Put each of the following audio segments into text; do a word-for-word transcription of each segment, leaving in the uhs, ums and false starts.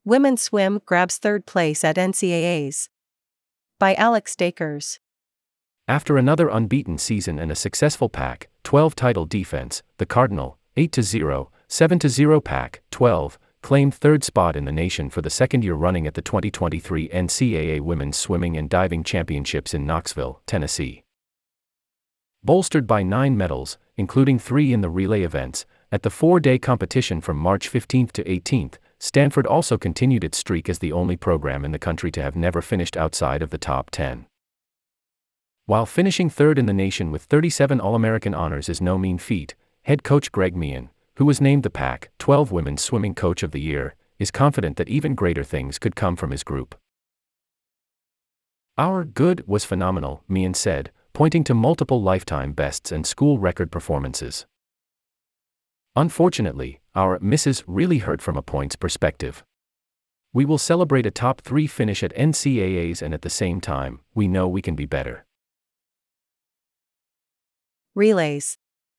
Women's swim grabs third place at N C A As. By Alex Dakers. After another unbeaten season and a successful Pac twelve title defense, the Cardinal, eight to zero, seven to zero Pac twelve, claimed third spot in the nation for the second year running at the twenty twenty-three N C A A Women's Swimming and Diving Championships in Knoxville, Tennessee. Bolstered by nine medals, including three in the relay events, at the four-day competition from March fifteenth to eighteenth, Stanford also continued its streak as the only program in the country to have never finished outside of the top ten. While finishing third in the nation with thirty-seven All-American honors is no mean feat, head coach Greg Meehan, who was named the Pac twelve Women's Swimming Coach of the Year, is confident that even greater things could come from his group. "Our good was phenomenal," Meehan said, pointing to multiple lifetime bests and school record performances. "Unfortunately, our misses really hurt from a points perspective. We will celebrate a top three finish at N C A As, and at the same time, we know we can be better." Relays.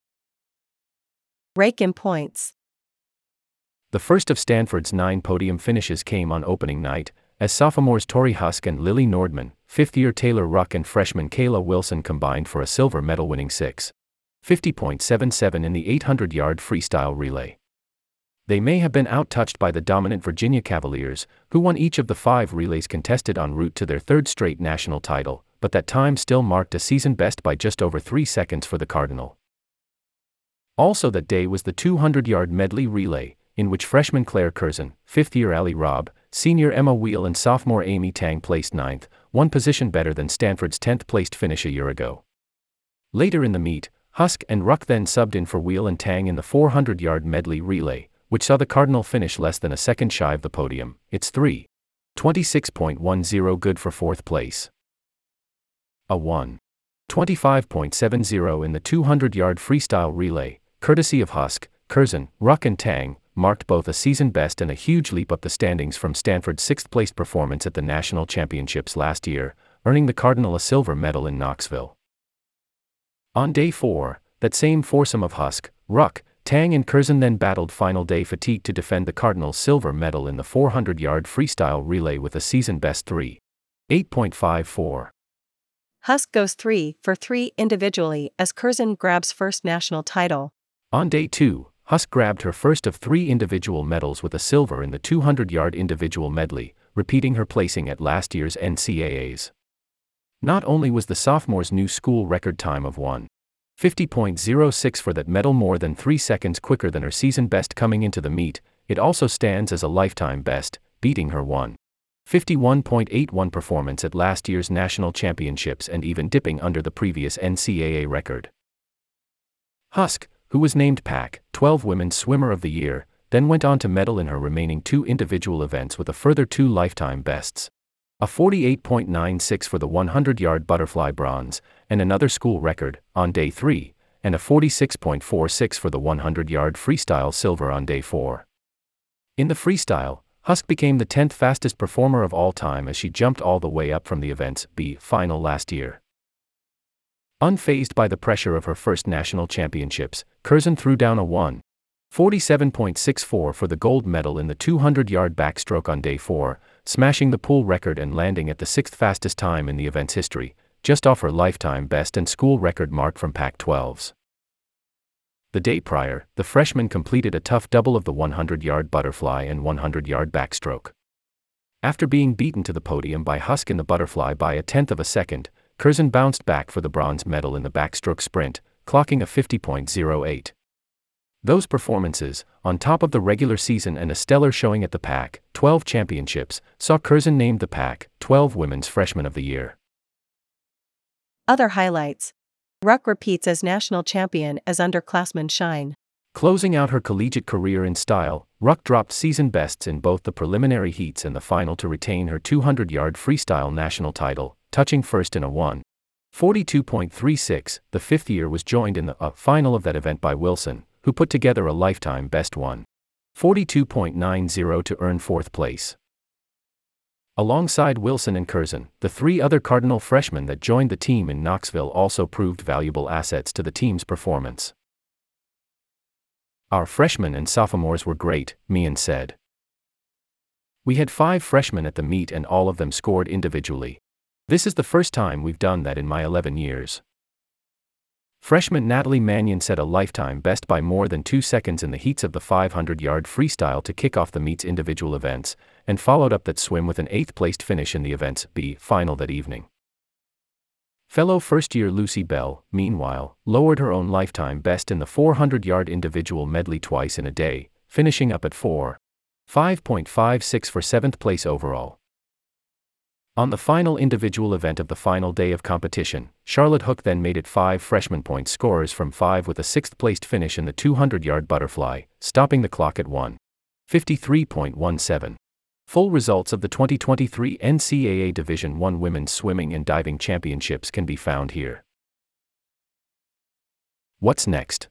Rake in points. The first of Stanford's nine podium finishes came on opening night, as sophomores Tori Husk and Lily Nordman, fifth-year Taylor Ruck and freshman Kayla Wilson combined for a silver medal-winning six fifty point seven seven in the eight hundred yard freestyle relay. They may have been out-touched by the dominant Virginia Cavaliers, who won each of the five relays contested en route to their third straight national title, but that time still marked a season best by just over three seconds for the Cardinal. Also that day was the two hundred yard medley relay, in which freshman Claire Curzon, fifth-year Allie Robb, senior Emma Wheel and sophomore Amy Tang placed ninth, one position better than Stanford's tenth-placed finish a year ago. Later in the meet, Husk and Ruck then subbed in for Wheel and Tang in the four hundred yard medley relay, which saw the Cardinal finish less than a second shy of the podium. It's three twenty-six point one zero good for fourth place. A one twenty-five point seven zero in the two hundred yard freestyle relay, courtesy of Husk, Curzon, Ruck and Tang, marked both a season best and a huge leap up the standings from Stanford's sixth-placed performance at the national championships last year, earning the Cardinal a silver medal in Knoxville. On day four, that same foursome of Husk, Ruck, Tang and Curzon then battled final day fatigue to defend the Cardinal's silver medal in the four hundred yard freestyle relay with a season-best three eight point five four. Husk goes three for three individually as Curzon grabs first national title. On day two, Husk grabbed her first of three individual medals with a silver in the two hundred yard individual medley, repeating her placing at last year's N C A As. Not only was the sophomore's new school record time of one fifty point zero six for that medal more than three seconds quicker than her season best coming into the meet, it also stands as a lifetime best, beating her one fifty-one point eight one performance at last year's national championships and even dipping under the previous N C A A record. Husk, who was named Pac twelve Women's Swimmer of the Year, then went on to medal in her remaining two individual events with a further two lifetime bests. A forty-eight point nine six for the one hundred yard butterfly bronze, and another school record, on day three, and a forty-six point four six for the one hundred yard freestyle silver on day four. In the freestyle, Husk became the tenth fastest performer of all time as she jumped all the way up from the event's B final last year. Unfazed by the pressure of her first national championships, Curzon threw down a one forty-seven point six four for the gold medal in the two hundred yard backstroke on day four, smashing the pool record and landing at the sixth fastest time in the event's history, just off her lifetime best and school record mark from Pac twelves. The day prior, the freshman completed a tough double of the one hundred yard butterfly and one hundred yard backstroke. After being beaten to the podium by Husk in the butterfly by a tenth of a second, Curzon bounced back for the bronze medal in the backstroke sprint, clocking a fifty point zero eight. Those performances, on top of the regular season and a stellar showing at the Pac twelve championships, saw Curzon named the Pac twelve Women's Freshman of the Year. Other highlights. Ruck repeats as national champion as underclassmen shine. Closing out her collegiate career in style, Ruck dropped season bests in both the preliminary heats and the final to retain her two hundred yard freestyle national title, touching first in a one forty-two point three six. The fifth year was joined in the uh, final of that event by Wilson, who put together a lifetime best one forty-two point nine zero to earn fourth place. Alongside Wilson and Curzon, the three other Cardinal freshmen that joined the team in Knoxville also proved valuable assets to the team's performance. "Our freshmen and sophomores were great," Meehan said. We had five freshmen at the meet and all of them scored individually. This is the first time we've done that in my eleven years. Freshman Natalie Mannion set a lifetime best by more than two seconds in the heats of the five hundred yard freestyle to kick off the meet's individual events, and followed up that swim with an eighth-placed finish in the event's B final that evening. Fellow first-year Lucy Bell, meanwhile, lowered her own lifetime best in the four hundred yard individual medley twice in a day, finishing up at four five point five six for seventh place overall. On the final individual event of the final day of competition, Charlotte Hook then made it five freshman point scorers from five with a sixth-placed finish in the two hundred yard butterfly, stopping the clock at one fifty-three point one seven. Full results of the twenty twenty-three N C double A Division one Women's Swimming and Diving Championships can be found here. What's next?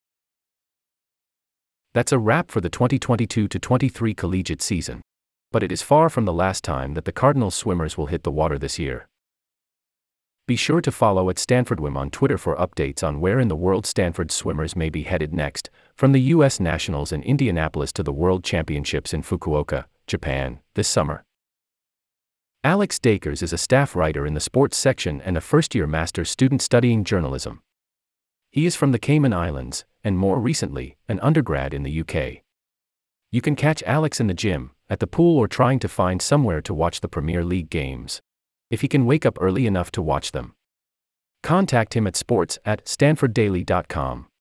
That's a wrap for the twenty twenty-two to twenty-three collegiate season. But it is far from the last time that the Cardinals swimmers will hit the water this year. Be sure to follow at StanfordWim on Twitter for updates on where in the world Stanford swimmers may be headed next, from the U S Nationals in Indianapolis to the World Championships in Fukuoka, Japan, this summer. Alex Dakers is a staff writer in the sports section and a first-year master's student studying journalism. He is from the Cayman Islands, and more recently, an undergrad in the U K. You can catch Alex in the gym, at the pool, or trying to find somewhere to watch the Premier League games, if he can wake up early enough to watch them. Contact him at sports at stanford daily dot com.